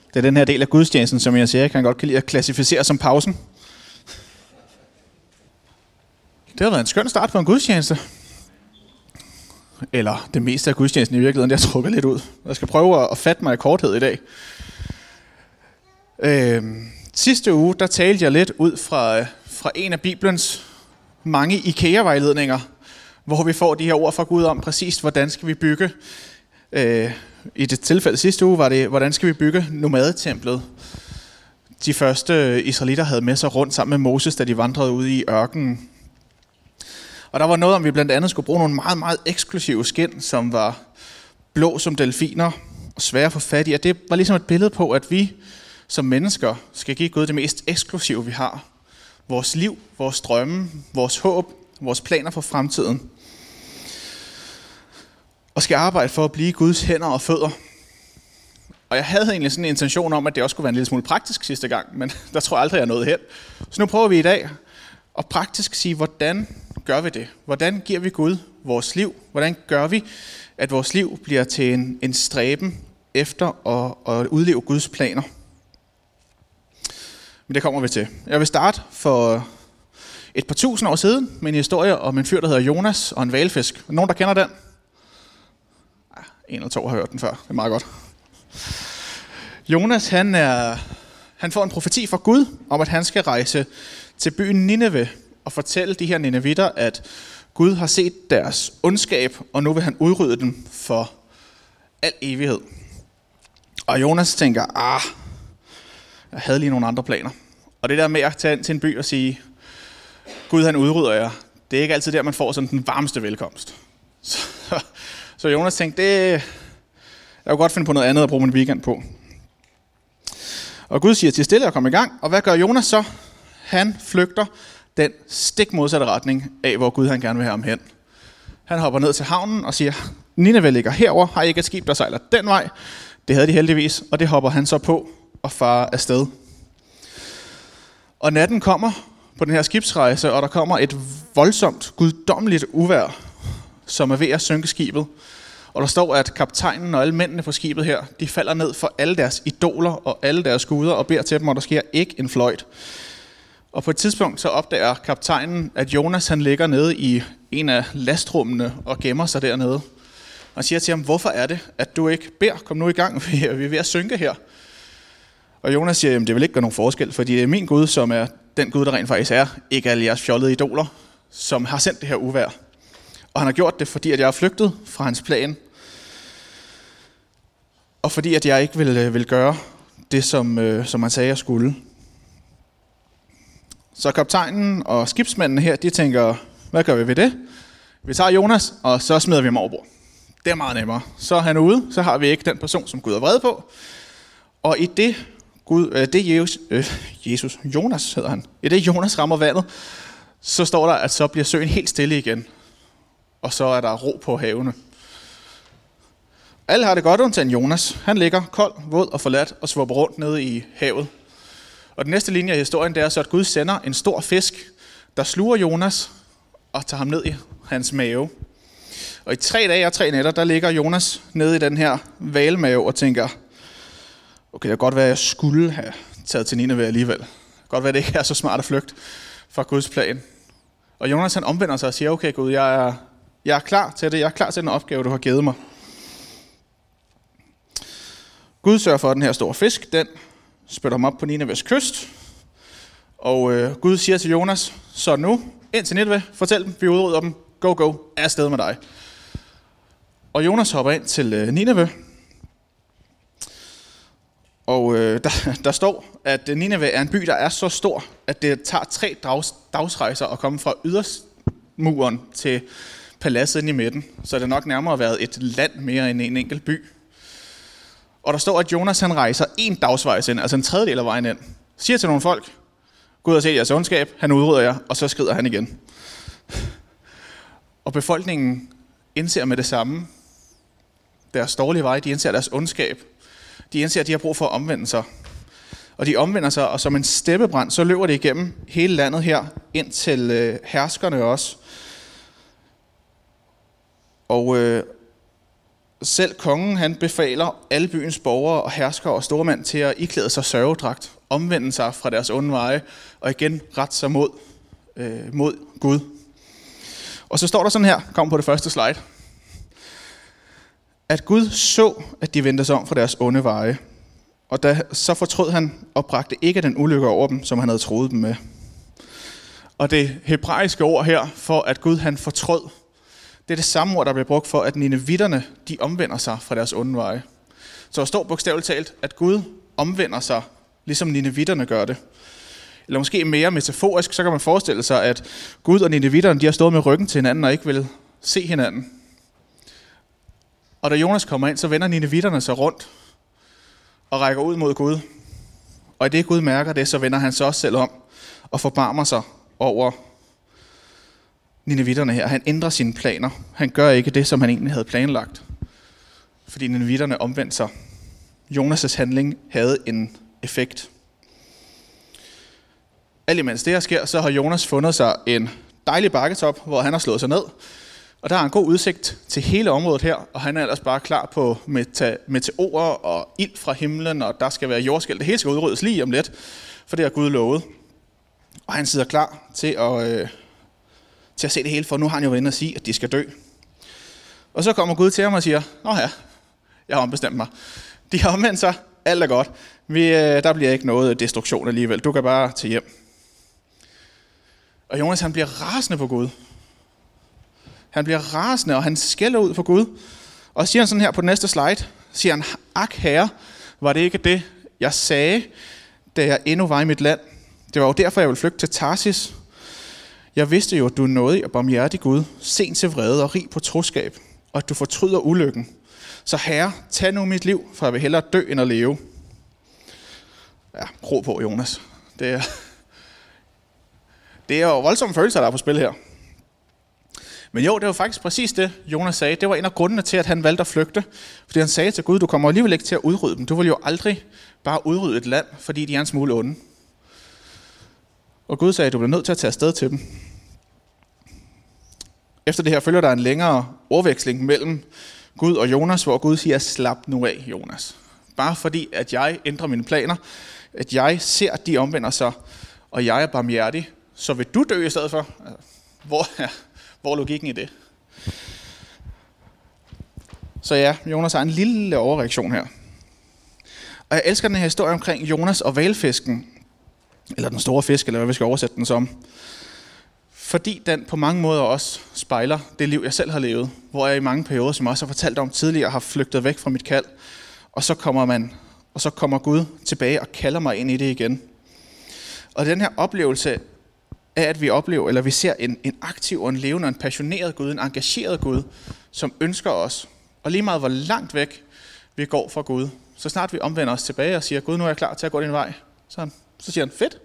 Det er den her del af gudstjenesten, som jeg siger, kan godt kan lide at klassificere som pausen. Det har været en skøn start på en gudstjeneste. Eller det meste af gudstjenesten i virkeligheden, det har trukket lidt ud. Jeg skal prøve at fatte mig i korthed i dag. Sidste uge, der talte jeg lidt ud fra en af Bibelens mange IKEA-vejledninger, hvor vi får de her ord fra Gud om præcis, hvordan skal vi bygge. I det tilfælde sidste uge var det, hvordan skal vi bygge nomadetemplet. De første israelitter havde med sig rundt sammen med Moses, da de vandrede ude i ørkenen. Og der var noget om, vi blandt andet skulle bruge nogle meget, meget eksklusive skind, som var blå som delfiner og svære at få fat i. Og det var ligesom et billede på, at vi som mennesker skal give Gud det mest eksklusive, vi har. Vores liv, vores drømme, vores håb, vores planer for fremtiden. Og skal arbejde for at blive Guds hænder og fødder. Og jeg havde egentlig sådan en intention om, at det også skulle være en lille smule praktisk sidste gang, men der tror jeg aldrig, jeg nåede hen. Så nu prøver vi i dag at praktisk sige, hvordan gør vi det? Hvordan giver vi Gud vores liv? Hvordan gør vi, at vores liv bliver til en stræben efter at udleve Guds planer? Men det kommer vi til. Jeg vil starte for et par tusind år siden med en historie om en fyr, der hedder Jonas og en hvalfisk. Nogen, der kender den? En eller to har hørt den før. Det er meget godt. Jonas, han får en profeti fra Gud om, at han skal rejse til byen Nineve og fortælle de her ninevitter, at Gud har set deres ondskab, og nu vil han udrydde dem for al evighed. Og Jonas tænker, jeg havde lige nogle andre planer. Og det der med at tage ind til en by og sige, Gud han udrydder jer, det er ikke altid der, man får sådan den varmeste velkomst. Så Jonas tænkte, jeg kunne godt finde på noget andet at bruge min weekend på. Og Gud siger til stille at komme i gang. Og hvad gør Jonas så? Han flygter den stik modsatte retning af, hvor Gud han gerne vil have ham hen. Han hopper ned til havnen og siger, Nineve ligger herover, har I ikke et skib, der sejler den vej? Det havde de heldigvis, og det hopper han så på og farer afsted. Og natten kommer på den her skibsrejse, og der kommer et voldsomt, guddommeligt uvejr, som er ved at synke skibet. Og der står, at kaptajnen og alle mændene på skibet her, de falder ned for alle deres idoler og alle deres guder og beder til dem, og der sker ikke en fløjt. Og på et tidspunkt så opdager kaptajnen, at Jonas han ligger nede i en af lastrummene og gemmer sig dernede. Og siger til ham, hvorfor er det, at du ikke beder? Kom nu i gang, vi er ved at synke her. Og Jonas siger, jamen det vil ikke gøre nogen forskel, fordi det er min Gud, som er den Gud, der rent faktisk er, ikke alle jeres fjollede idoler, som har sendt det her uvejr. Og han har gjort det, fordi at jeg er flygtet fra hans plan. Og fordi at jeg ikke vil gøre det, som han sagde, jeg skulle. Så kaptajnen og skibsmændene her, de tænker, hvad gør vi ved det? Vi tager Jonas, og så smider vi ham over bord. Det er meget nemmere. Så er han ude, så har vi ikke den person, som Gud er vred på. Og i Jonas hedder han. I det Jonas rammer vandet, så står der, at så bliver søen helt stille igen. Og så er der ro på havene. Alle har det godt undtagen Jonas. Han ligger kold, våd og forladt og svupper rundt nede i havet. Og den næste linje af historien, det er så, at Gud sender en stor fisk, der sluger Jonas og tager ham ned i hans mave. Og i 3 dage og 3 nætter, der ligger Jonas nede i den her hvalmave og tænker, okay, det kan godt være, at jeg skulle have taget til Nineve alligevel. Det kan godt være, at det ikke er så smart at flygte fra Guds plan. Og Jonas han omvender sig og siger, okay Gud, jeg er klar til det. Jeg er klar til den opgave, du har givet mig. Gud sørger for, at den her store fisk, den spytter ham op på Nineves kyst. Og Gud siger til Jonas, så nu, ind til Nineve, fortæl dem, vi udrydder dem, go, er afsted med dig. Og Jonas hopper ind til Nineve. Og der står, at Nineve er en by, der er så stor, at det tager 3 dagsrejser at komme fra ydermuren til paladset inde i midten. Så det er nok nærmere været et land mere end en enkelt by. Og der står, at Jonas han rejser 1 dagsvejs ind, altså en tredjedel af vejen ind. Siger til nogle folk, Gud har set jeres ondskab, han udrydder jer, og så skrider han igen. Og befolkningen indser med det samme deres dårlige vej, de indser deres ondskab. De indser, at de har brug for at omvende sig. Og de omvender sig, og som en steppebrand, så løber det igennem hele landet her, ind til herskerne også. Og selv kongen han befaler alle byens borgere og herskere og stormænd til at iklæde sig sørgedragt, omvende sig fra deres onde veje og igen rette sig mod Gud. Og så står der sådan her, kom på det første slide, at Gud så, at de vendte sig om fra deres onde veje, og så fortrød han og bragte ikke den ulykke over dem, som han havde troet dem med. Og det hebraiske ord her for, at Gud han fortrød, det er det samme ord, der bliver brugt for, at ninevitterne, de omvender sig fra deres onde veje. Så der står bogstaveligt talt, at Gud omvender sig, ligesom ninevitterne gør det. Eller måske mere metaforisk, så kan man forestille sig, at Gud og ninevitterne, de har stået med ryggen til hinanden og ikke vil se hinanden. Og da Jonas kommer ind, så vender ninevitterne sig rundt og rækker ud mod Gud. Og i det Gud mærker det, så vender han sig også selv om og forbarmer sig over ninevitterne her. Han ændrer sine planer. Han gør ikke det, som han egentlig havde planlagt. Fordi ninevitterne omvendte sig. Jonas' handling havde en effekt. Alt imens det her sker, så har Jonas fundet sig en dejlig bakketop, hvor han har slået sig ned. Og der er en god udsigt til hele området her, og han er ellers bare klar på meteorer og ild fra himlen, og der skal være jordskælv. Det hele skal udryddes lige om lidt, for det har Gud lovet. Og han sidder klar til at se det hele, for nu har han jo været inde og sige, at de skal dø. Og så kommer Gud til ham og siger, nå ja, jeg har ombestemt mig. De har omvendt sig, alt er godt. Der bliver ikke noget destruktion alligevel, du kan bare til hjem. Og Jonas han bliver rasende på Gud. Han bliver rasende, og han skælder ud på Gud. Og siger han sådan her på den næste slide, siger han, ak herre, var det ikke det, jeg sagde, da jeg endnu var i mit land? Det var jo derfor, jeg ville flygte til Tarsis. Jeg vidste jo, at du er nådig og barmhjertig Gud, sen til vrede og rig på troskab, og at du fortryder ulykken. Så herre, tag nu mit liv, for jeg vil hellere dø end at leve. Ja, ro på, Jonas. Det er jo voldsomme følelser, der er på spil her. Men jo, det var faktisk præcis det, Jonas sagde. Det var en af grundene til, at han valgte at flygte. Fordi han sagde til Gud, du kommer alligevel ikke til at udrydde dem. Du vil jo aldrig bare udrydde et land, fordi de er en smule onde. Og Gud sagde, at du bliver nødt til at tage afsted til dem. Efter det her følger der en længere ordveksling mellem Gud og Jonas, hvor Gud siger, slap nu af, Jonas. Bare fordi, at jeg ændrer mine planer, at jeg ser, at de omvender sig, og jeg er barmhjertig, så vil du dø i stedet for. Hvor er logikken i det? Så ja, Jonas har en lille overreaktion her. Og jeg elsker den her historie omkring Jonas og hvalfisken, eller den store fisk, eller hvad vi skal oversætte den som. Fordi den på mange måder også spejler det liv, jeg selv har levet, hvor jeg i mange perioder, som jeg også har fortalt om tidligere, har flygtet væk fra mit kald. Og så kommer Gud tilbage og kalder mig ind i det igen. Og den her oplevelse af, at vi ser en aktiv og en levende og en passioneret Gud, en engageret Gud, som ønsker os. Og lige meget hvor langt væk vi går fra Gud, så snart vi omvender os tilbage og siger, Gud, nu er jeg klar til at gå din vej. Så siger han, fedt.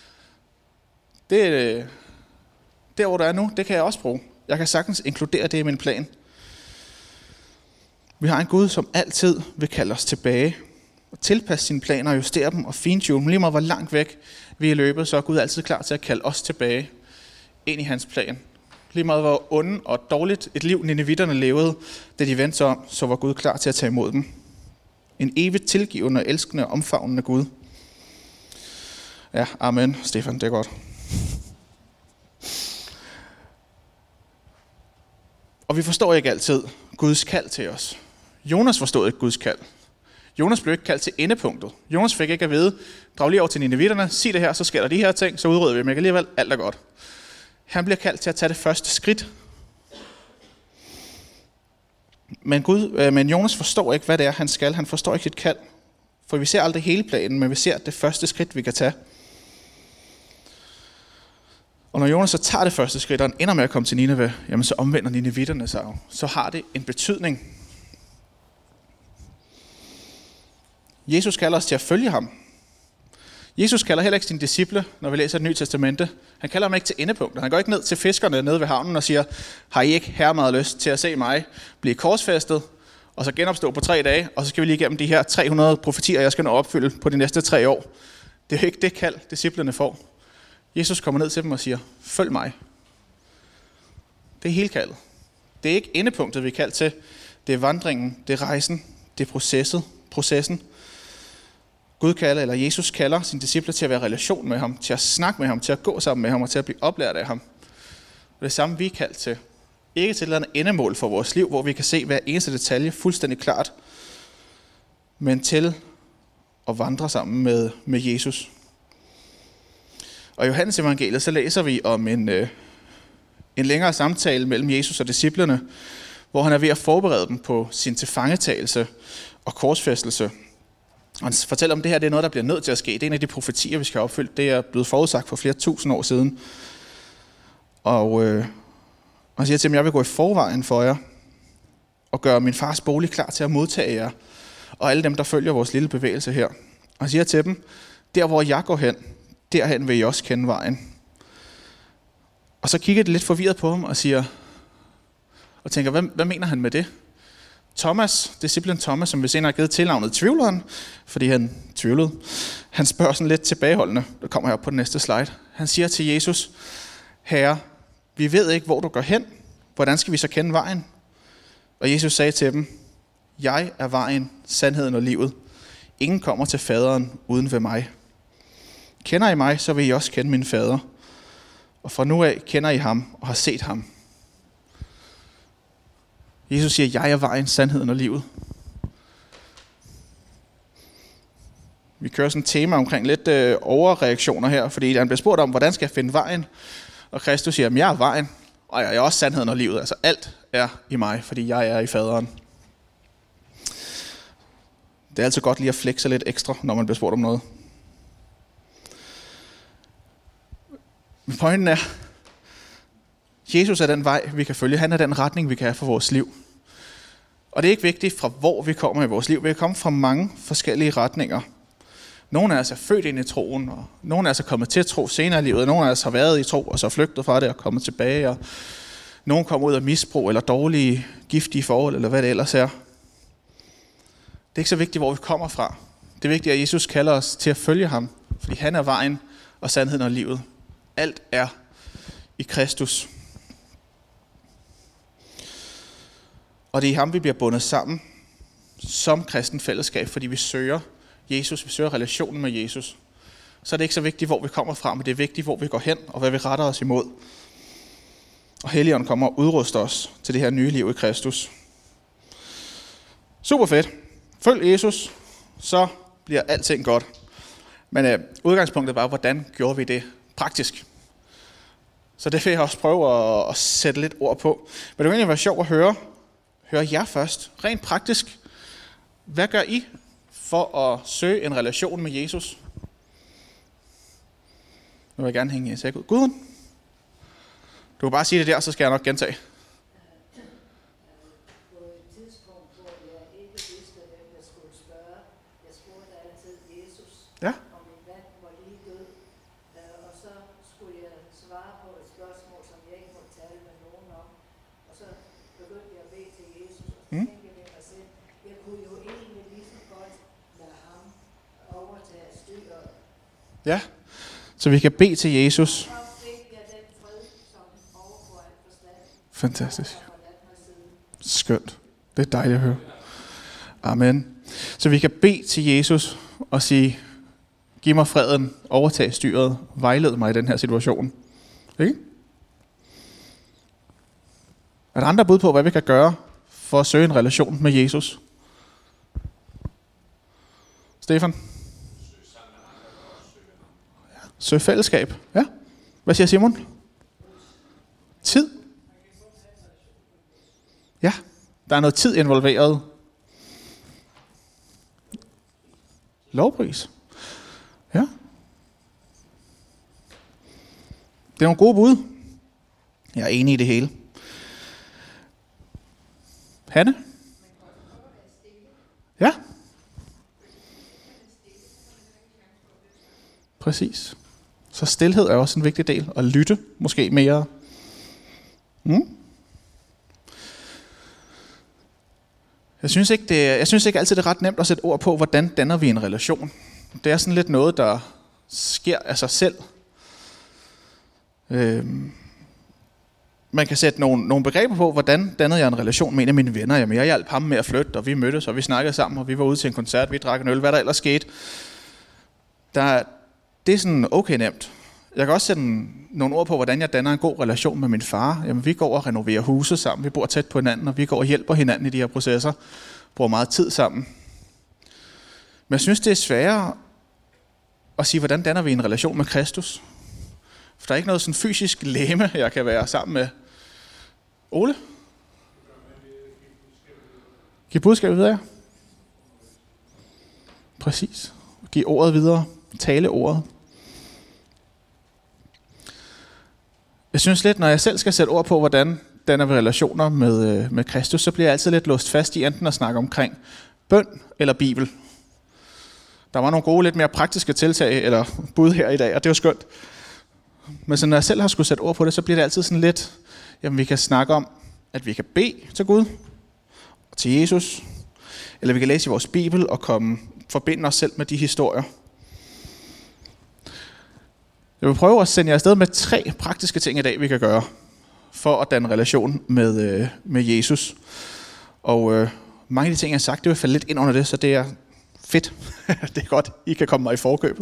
Det der, hvor du er nu, det kan jeg også bruge. Jeg kan sagtens inkludere det i min plan. Vi har en Gud, som altid vil kalde os tilbage, og tilpasse sine planer og justere dem og fintune dem. Lige meget hvor langt væk vi er løbet, så er Gud altid klar til at kalde os tilbage ind i hans plan. Lige meget hvor onde og dårligt et liv ninevitterne levede, da de vendte sig om, så var Gud klar til at tage imod dem. En evigt tilgivende, elskende og omfavnende Gud. Ja, amen, Stefan, det er godt. Og vi forstår ikke altid Guds kald til os. Jonas forstod ikke Guds kald. Jonas blev ikke kaldt til endepunktet. Jonas fik ikke at vide, drag lige over til ninevitterne, sig det her, så sker der de her ting, så udrydder vi dem ikke alligevel, alt er godt. Han bliver kaldt til at tage det første skridt. Men Jonas forstår ikke, hvad det er, han skal. Han forstår ikke sit kald. For vi ser aldrig hele planen, men vi ser det første skridt, vi kan tage. Og når Jonas så tager det første skridt, og han ender med at komme til Nineve, jamen så omvender ninevitterne sig jo. Så har det en betydning. Jesus kalder os til at følge ham. Jesus kalder heller ikke sine disciple, når vi læser det nye testamente. Han kalder dem ikke til endepunkter. Han går ikke ned til fiskerne nede ved havnen og siger, har I ikke her meget lyst til at se mig blive korsfæstet, og så genopstå på 3 dage, og så skal vi lige igennem de her 300 profetier, jeg skal nå opfylde på de næste 3 år. Det er jo ikke det kald, disciplene får. Jesus kommer ned til dem og siger, følg mig. Det er hele kaldet. Det er ikke endepunktet, vi er kaldt til. Det er vandringen, det er rejsen, det er processen. Gud kalder, eller Jesus kalder sine disciple til at være i relation med ham, til at snakke med ham, til at gå sammen med ham og til at blive oplært af ham. Og det samme vi er kaldt til. Ikke til et eller andet endemål for vores liv, hvor vi kan se hver eneste detalje fuldstændig klart, men til at vandre sammen med Jesus. Og i Johannes evangeliet, så læser vi om en længere samtale mellem Jesus og disciplerne, hvor han er ved at forberede dem på sin tilfangetagelse og korsfæstelse. Og han fortæller om det her, det er noget, der bliver nødt til at ske. Det er en af de profetier, vi skal opfylde. Det er blevet forudsagt for flere tusind år siden. Og han siger til dem, jeg vil gå i forvejen for jer, og gøre min fars bolig klar til at modtage jer, og alle dem, der følger vores lille bevægelse her. Og han siger til dem, der hvor jeg går hen, derhen vil I også kende vejen. Og så kigger de lidt forvirret på ham og tænker, hvad mener han med det? Thomas, disciplen Thomas, som vi senere har givet tilnavnet tvivleren, fordi han tvivlede, han spørger sådan lidt tilbageholdende, der kommer her på den næste slide. Han siger til Jesus, Herre, vi ved ikke, hvor du går hen. Hvordan skal vi så kende vejen? Og Jesus sagde til dem, jeg er vejen, sandheden og livet. Ingen kommer til faderen uden ved mig. Kender I mig, så vil I også kende min fader. Og fra nu af kender I ham og har set ham. Jesus siger, jeg er vejen, sandheden og livet. Vi kører sådan et tema omkring lidt overreaktioner her, fordi han bliver spurgt om, hvordan skal jeg finde vejen? Og Kristus siger, jeg er vejen, og jeg er også sandheden og livet. Altså alt er i mig, fordi jeg er i faderen. Det er altid godt lige at flexe lidt ekstra, når man bliver spurgt om noget. Men pointen er, Jesus er den vej, vi kan følge. Han er den retning, vi kan have for vores liv. Og det er ikke vigtigt, fra hvor vi kommer i vores liv. Vi kan komme fra mange forskellige retninger. Nogle af os er født ind i troen, og nogle af os er kommet til at tro senere i livet. Nogle af os har været i tro, og så flygtet fra det og kommet tilbage. Og nogle kommer ud af misbrug, eller dårlige, giftige forhold, eller hvad det ellers er. Det er ikke så vigtigt, hvor vi kommer fra. Det er vigtigt, at Jesus kalder os til at følge ham, fordi han er vejen og sandheden og livet. Alt er i Kristus. Og det er i ham, vi bliver bundet sammen som kristen fællesskab, fordi vi søger Jesus, vi søger relationen med Jesus. Så er det ikke så vigtigt, hvor vi kommer fra, men det er vigtigt, hvor vi går hen, og hvad vi retter os imod. Og Helligånden kommer og udruster os til det her nye liv i Kristus. Super fedt. Følg Jesus, så bliver alting godt. Men udgangspunktet var, hvordan gjorde vi det praktisk? Så det vil jeg også prøve at sætte lidt ord på. Men det vil egentlig være sjovt at høre jer først. Rent praktisk, hvad gør I for at søge en relation med Jesus? Nu vil jeg gerne hænge jer ud. Gudrun? Du kan bare sige det der, så skal jeg nok gentage. På et tidspunkt, hvor jeg ikke vidste, hvem jeg skulle spørge, jeg spurgte altid Jesus, Ja. om min mand var lige død. Og så skulle jeg svare på et spørgsmål, som jeg ikke måtte tale med nogen om. Og så begyndte jeg at bede til Jesus, og så tænkte jeg ved mig selv, jeg kunne jo egentlig lige så godt lade ham overtage styret. Ja, så vi kan bede til Jesus. Så fik jeg den fred, som overgår al forstand. Fantastisk. Og forladt mig siden. Skønt. Det er dejligt at høre. Amen. Så vi kan bede til Jesus og sige, giv mig freden, overtag styret, vejled mig i den her situation. Ikke? Er der andre bud på, hvad vi kan gøre for at søge en relation med Jesus? Stefan? Søg fællesskab. Ja. Hvad siger Simon? Tid. Ja, der er noget tid involveret. Lovpris. Ja. Det er nogle gode bud. Jeg er enig i det hele. Hanne? Ja. Præcis. Så stilhed er også en vigtig del. Og lytte måske mere. Jeg synes ikke altid, det er ret nemt at sætte ord på, hvordan danner vi en relation. Det er sådan lidt noget, der sker af sig selv. man kan sætte nogle begreber på, hvordan dannede jeg en relation med en af mine venner. Jamen, jeg hjalp ham med at flytte, og vi mødtes, og vi snakkede sammen, og vi var ude til en koncert, vi drak en øl, hvad der ellers skete. Det er sådan okay nemt. Jeg kan også sætte nogle ord på, hvordan jeg danner en god relation med min far. Jamen, vi går og renoverer huset sammen, vi bor tæt på hinanden, og vi går og hjælper hinanden i de her processer. Bruger meget tid sammen. Men jeg synes, det er sværere at sige, hvordan danner vi en relation med Kristus. For der er ikke noget sådan fysisk legeme, jeg kan være sammen med. Ole? Giv budskabet videre. Præcis. Giv ordet videre. Tale ordet. Jeg synes lidt, når jeg selv skal sætte ord på, hvordan danner vi relationer med Kristus, så bliver jeg altid lidt låst fast i enten at snakke omkring bøn eller Bibel. Der var nogle gode, lidt mere praktiske tiltag eller bud her i dag, og det var skønt. Men så når jeg selv har skulle sætte ord på det, så bliver det altid sådan lidt, jamen vi kan snakke om, at vi kan bede til Gud og til Jesus, eller vi kan læse i vores Bibel og forbinde os selv med de historier. Jeg vil prøve at sende jer afsted med 3 praktiske ting i dag, vi kan gøre for at danne relation med Jesus. Og mange af de ting, jeg har sagt, det vil falde lidt ind under det, så det er fedt. Det er godt, I kan komme mig i forkøbet.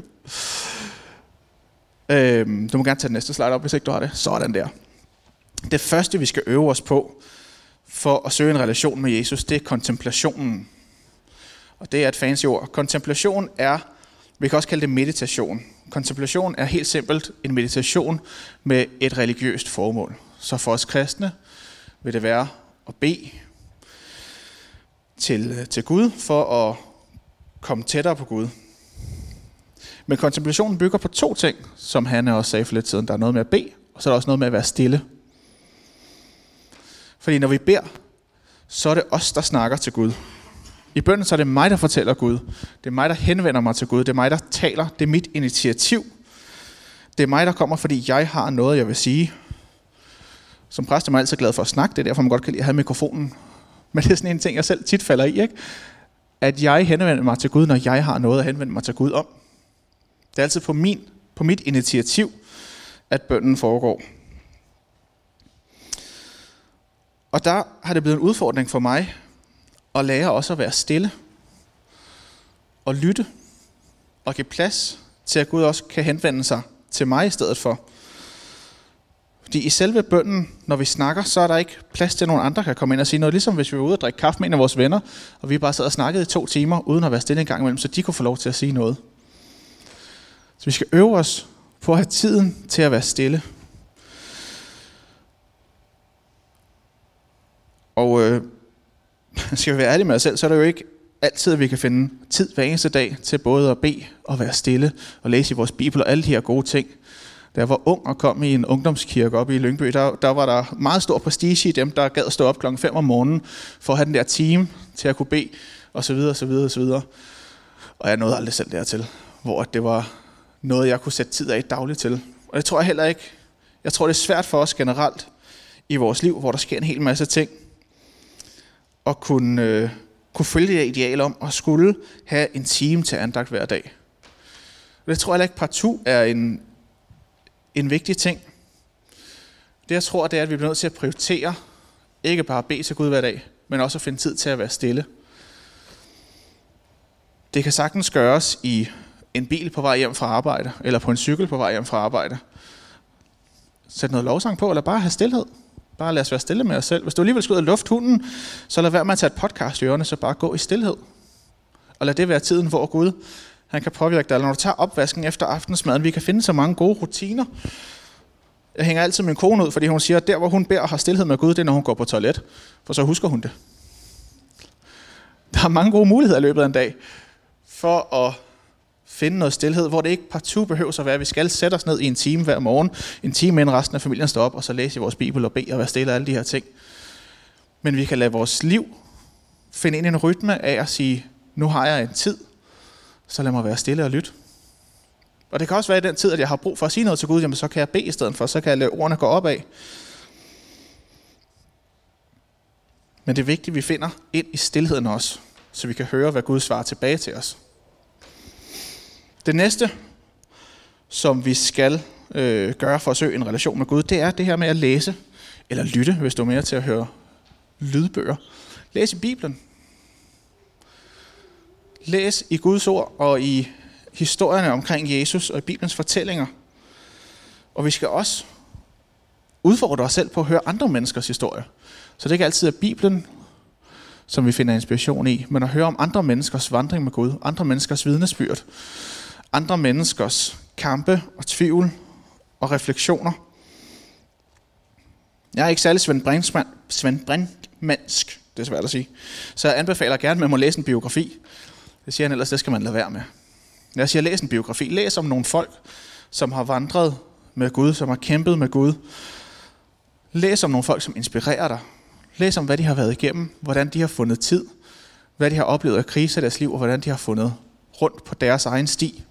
Du må gerne tage den næste slide op, hvis ikke du har det. Sådan der. Det første, vi skal øve os på for at søge en relation med Jesus, det er kontemplationen. Og det er et fancy ord. Kontemplation er, vi kan også kalde det meditation. Kontemplation er helt simpelt en meditation med et religiøst formål. Så for os kristne vil det være at bede til Gud for at komme tættere på Gud. Men kontemplationen bygger på 2 ting, som Hanne også sagde for lidt siden. Der er noget med at bede, og så er der også noget med at være stille. Fordi når vi beder, så er det os, der snakker til Gud. I bønnen så er det mig, der fortæller Gud. Det er mig, der henvender mig til Gud. Det er mig, der taler. Det er mit initiativ. Det er mig, der kommer, fordi jeg har noget, jeg vil sige. Som præst er man altid glad for at snakke. Det er derfor, man godt kan lide at have mikrofonen. Men det er sådan en ting, jeg selv tit falder i, ikke? At jeg henvender mig til Gud, når jeg har noget at henvende mig til Gud om. Det er altid på mit initiativ, at bønnen foregår. Og der har det blevet en udfordring for mig at lære også at være stille og lytte og give plads til, at Gud også kan henvende sig til mig i stedet for. Fordi i selve bønnen, når vi snakker, så er der ikke plads til, at nogen andre kan komme ind og sige noget. Ligesom hvis vi var ude og drikke kaffe med en af vores venner, og vi bare sad og snakkede i 2 timer, uden at være stille en gang imellem, så de kunne få lov til at sige noget. Så vi skal øve os på at have tiden til at være stille. Og skal vi være ærlige med os selv, så er det jo ikke altid, at vi kan finde tid hver eneste dag til både at bede og være stille og læse i vores Bibel og alle de her gode ting. Da jeg var ung og kom i en ungdomskirke oppe i Lyngby, der var der meget stor prestige i dem, der gad stå op 5:00 om morgenen for at have den der time til at kunne bede osv. osv. Og jeg nåede aldrig selv dertil, hvor det var noget, jeg kunne sætte tid af dagligt til. Og det tror jeg heller ikke. Jeg tror, det er svært for os generelt i vores liv, hvor der sker en hel masse ting, at kunne følge det ideal om at skulle have en time til andagt hver dag. Og det tror jeg heller ikke partout er en vigtig ting. Det jeg tror, det er, at vi bliver nødt til at prioritere, ikke bare at bede til Gud hver dag, men også at finde tid til at være stille. Det kan sagtens gøres i en bil på vej hjem fra arbejde, eller på en cykel på vej hjem fra arbejde. Sæt noget lovsang på, eller bare have stillhed. Bare lad os være stille med os selv. Hvis du alligevel skal ud og lufte hunden, så lad være med at tage et podcast i ørerne, så bare gå i stillhed. Og lad det være tiden, hvor Gud han kan påvirke dig. Eller når du tager opvasken efter aftensmaden, vi kan finde så mange gode rutiner. Jeg hænger altid min kone ud, fordi hun siger, at der hvor hun beder og har stillhed med Gud, det er når hun går på toilet. For så husker hun det. Der er mange gode muligheder i løbet af en dag, for at finde noget stillhed, hvor det ikke partout behøver at være, at vi skal sætte os ned i en time hver morgen, en time inden resten af familien står op, og så læse i vores Bibel og bede og være stille og alle de her ting. Men vi kan lade vores liv finde ind i en rytme af at sige, nu har jeg en tid, så lad mig være stille og lytte. Og det kan også være i den tid, at jeg har brug for at sige noget til Gud, jamen så kan jeg bede i stedet for, så kan jeg lade ordene gå op af. Men det er vigtigt, at vi finder ind i stilheden også, så vi kan høre, hvad Gud svarer tilbage til os. Det næste, som vi skal gøre for at søge en relation med Gud, det er det her med at læse Eller lytte, hvis du er mere til at høre lydbøger. Læs i Bibelen. Læs i Guds ord og i historierne omkring Jesus og i Bibelens fortællinger. Og vi skal også udfordre os selv på at høre andre menneskers historie. Så det er ikke altid at Bibelen, som vi finder inspiration i, men at høre om andre menneskers vandring med Gud, andre menneskers vidnesbyrd, andre menneskers kampe og tvivl og refleksioner. Jeg er ikke særlig Svend Brinkmannsk, det er svært at sige, så jeg anbefaler gerne, at man må læse en biografi. Det siger han ellers, det skal man lade være med. Jeg siger, læs en biografi. Læs om nogle folk, som har vandret med Gud, som har kæmpet med Gud. Læs om nogle folk, som inspirerer dig. Læs om, hvad de har været igennem, hvordan de har fundet tid, hvad de har oplevet af kriser i deres liv, og hvordan de har fundet rundt på deres egen sti.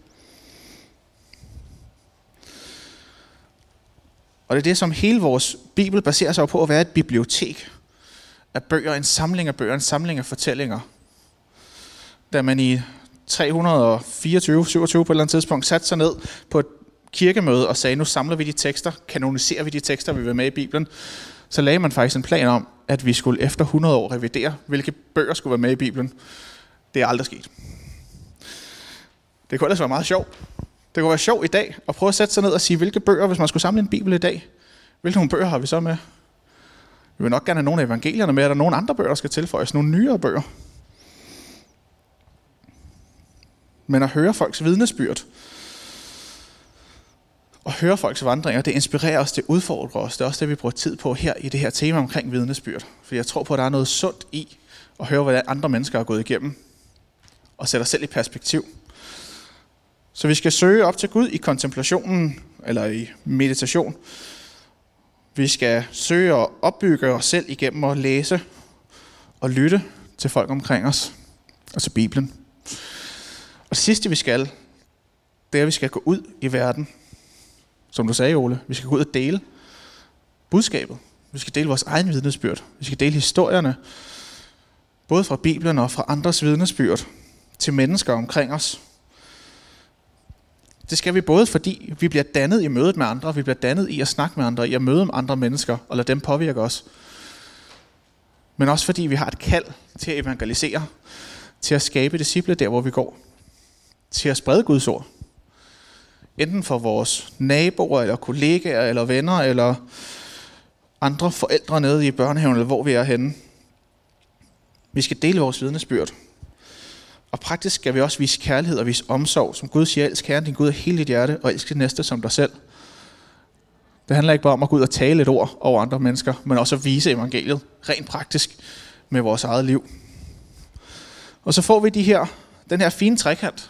Og det er det, som hele vores Bibel baserer sig på at være et bibliotek af bøger, en samling af bøger, en samling af fortællinger. Da man i 324-27 på et eller andet tidspunkt satte sig ned på et kirkemøde og sagde, nu samler vi de tekster, kanoniserer vi de tekster, vi vil med i Bibelen, så lagde man faktisk en plan om, at vi skulle efter 100 år revidere, hvilke bøger skulle være med i Bibelen. Det er aldrig sket. Det kunne ellers være meget sjovt. Det kunne være sjovt i dag at prøve at sætte sig ned og sige, hvilke bøger, hvis man skulle samle en Bibel i dag, hvilke nogle bøger har vi så med? Vi vil nok gerne have nogle af evangelierne med, er der nogle andre bøger, der skal tilføjes, nogle nyere bøger. Men at høre folks vidnesbyrd, og høre folks vandringer, det inspirerer os, det udfordrer os. Det er også det, vi bruger tid på her i det her tema omkring vidnesbyrd. For jeg tror på, at der er noget sundt i at høre, hvad andre mennesker har gået igennem, og sætte os selv i perspektiv. Så vi skal søge op til Gud i kontemplationen, eller i meditation. Vi skal søge at opbygge os selv igennem at læse og lytte til folk omkring os, og til Bibelen. Og det sidste vi skal, det er, at vi skal gå ud i verden. Som du sagde, Ole, vi skal gå ud og dele budskabet. Vi skal dele vores egen vidnesbyrd. Vi skal dele historierne, både fra Bibelen og fra andres vidnesbyrd, til mennesker omkring os. Det skal vi både, fordi vi bliver dannet i mødet med andre, vi bliver dannet i at snakke med andre, i at møde med andre mennesker, og lade dem påvirke os. Men også fordi vi har et kald til at evangelisere, til at skabe disciple der, hvor vi går. Til at sprede Guds ord. Enten for vores naboer, eller kollegaer, eller venner, eller andre forældre nede i børnehaven, eller hvor vi er henne. Vi skal dele vores vidnesbyrd. Og praktisk skal vi også vise kærlighed og vise omsorg. Som Gud siger, elsk Herren din Gud af hele dit hjerte, og elsk din næste som dig selv. Det handler ikke bare om at gå ud og tale et ord over andre mennesker, men også at vise evangeliet rent praktisk med vores eget liv. Og så får vi den her fine trekant.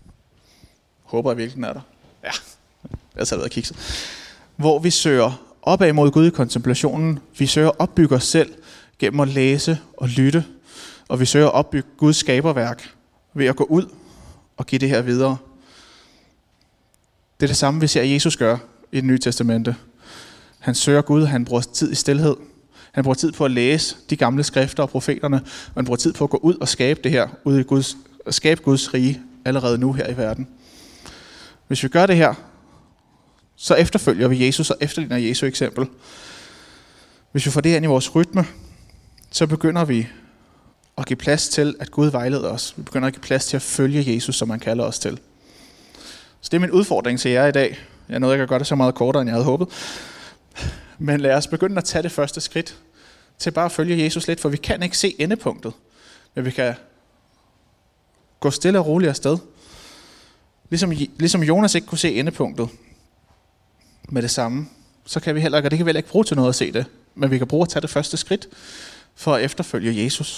Håber jeg virkelig, den er der. Ja, jeg har været og kigget. Hvor vi søger opad mod Gud i kontemplationen. Vi søger at opbygge os selv gennem at læse og lytte. Og vi søger at opbygge Guds skaberværk ved at gå ud og give det her videre. Det er det samme, vi ser Jesus gøre i Det Nye Testamente. Han søger Gud, han bruger tid i stilhed. Han bruger tid på at læse de gamle skrifter og profeterne, og han bruger tid på at gå ud og skabe det her, skabe Guds rige allerede nu her i verden. Hvis vi gør det her, så efterfølger vi Jesus og efterligner Jesu eksempel. Hvis vi får det her ind i vores rytme, så begynder vi at give plads til, at Gud vejleder os. Vi begynder at give plads til at følge Jesus, som han kalder os til. Så det er min udfordring til jer i dag. Jeg nåede ikke at gøre det så meget kortere, end jeg havde håbet. Men lad os begynde at tage det første skridt til bare at følge Jesus lidt, for vi kan ikke se endepunktet. Men vi kan gå stille og roligt afsted. Ligesom Jonas ikke kunne se endepunktet med det samme, så kan vi heller ikke, og det kan vi heller ikke bruge til noget at se det, men vi kan bruge at tage det første skridt for at efterfølge Jesus.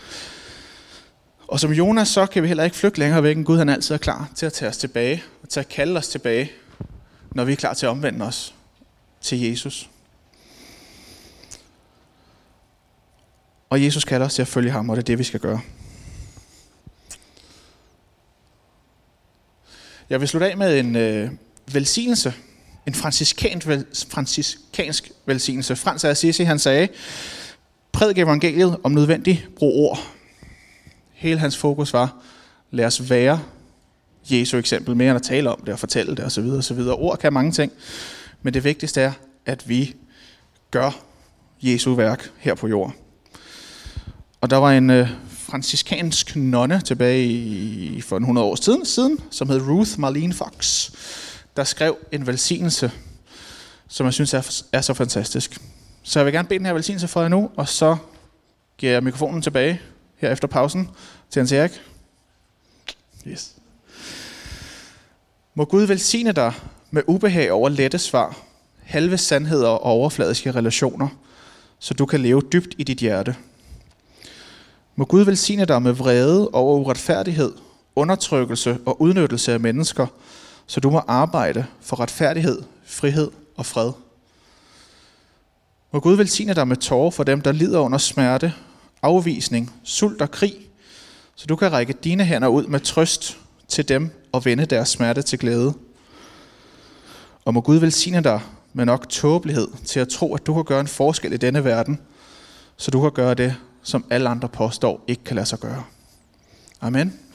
Og som Jonas, så kan vi heller ikke flygte længere væk, end Gud han altid er klar til at tage os tilbage, og til at kalde os tilbage, når vi er klar til at omvende os til Jesus. Og Jesus kalder os til at følge ham, og det er det, vi skal gøre. Jeg vil slutte af med en velsignelse, en franciskansk velsignelse. Frans af Assisi, han sagde, prædik evangeliet om nødvendigt, brug ord. Hele hans fokus var, lad os være Jesu eksempel, mere end at tale om det og fortælle det osv. osv. Ord kan mange ting, men det vigtigste er, at vi gør Jesu værk her på jord. Og der var en franciskansk nonne tilbage for 100 år siden, som hed Ruth Marlene Fox, der skrev en velsignelse, som jeg synes er så fantastisk. Så jeg vil gerne bede den her velsignelse for jer nu, og så giver jeg mikrofonen tilbage her efter pausen til Hans Erik. Yes. Må Gud velsigne dig med ubehag over lette svar, halve sandheder og overfladiske relationer, så du kan leve dybt i dit hjerte. Må Gud velsigne dig med vrede over uretfærdighed, undertrykkelse og udnyttelse af mennesker, så du må arbejde for retfærdighed, frihed og fred. Må Gud velsigne dig med tårer for dem, der lider under smerte, afvisning, sult og krig, så du kan række dine hænder ud med trøst til dem og vende deres smerte til glæde. Og må Gud velsigne dig med nok tåbelighed til at tro, at du kan gøre en forskel i denne verden, så du kan gøre det, som alle andre påstår ikke kan lade sig gøre. Amen.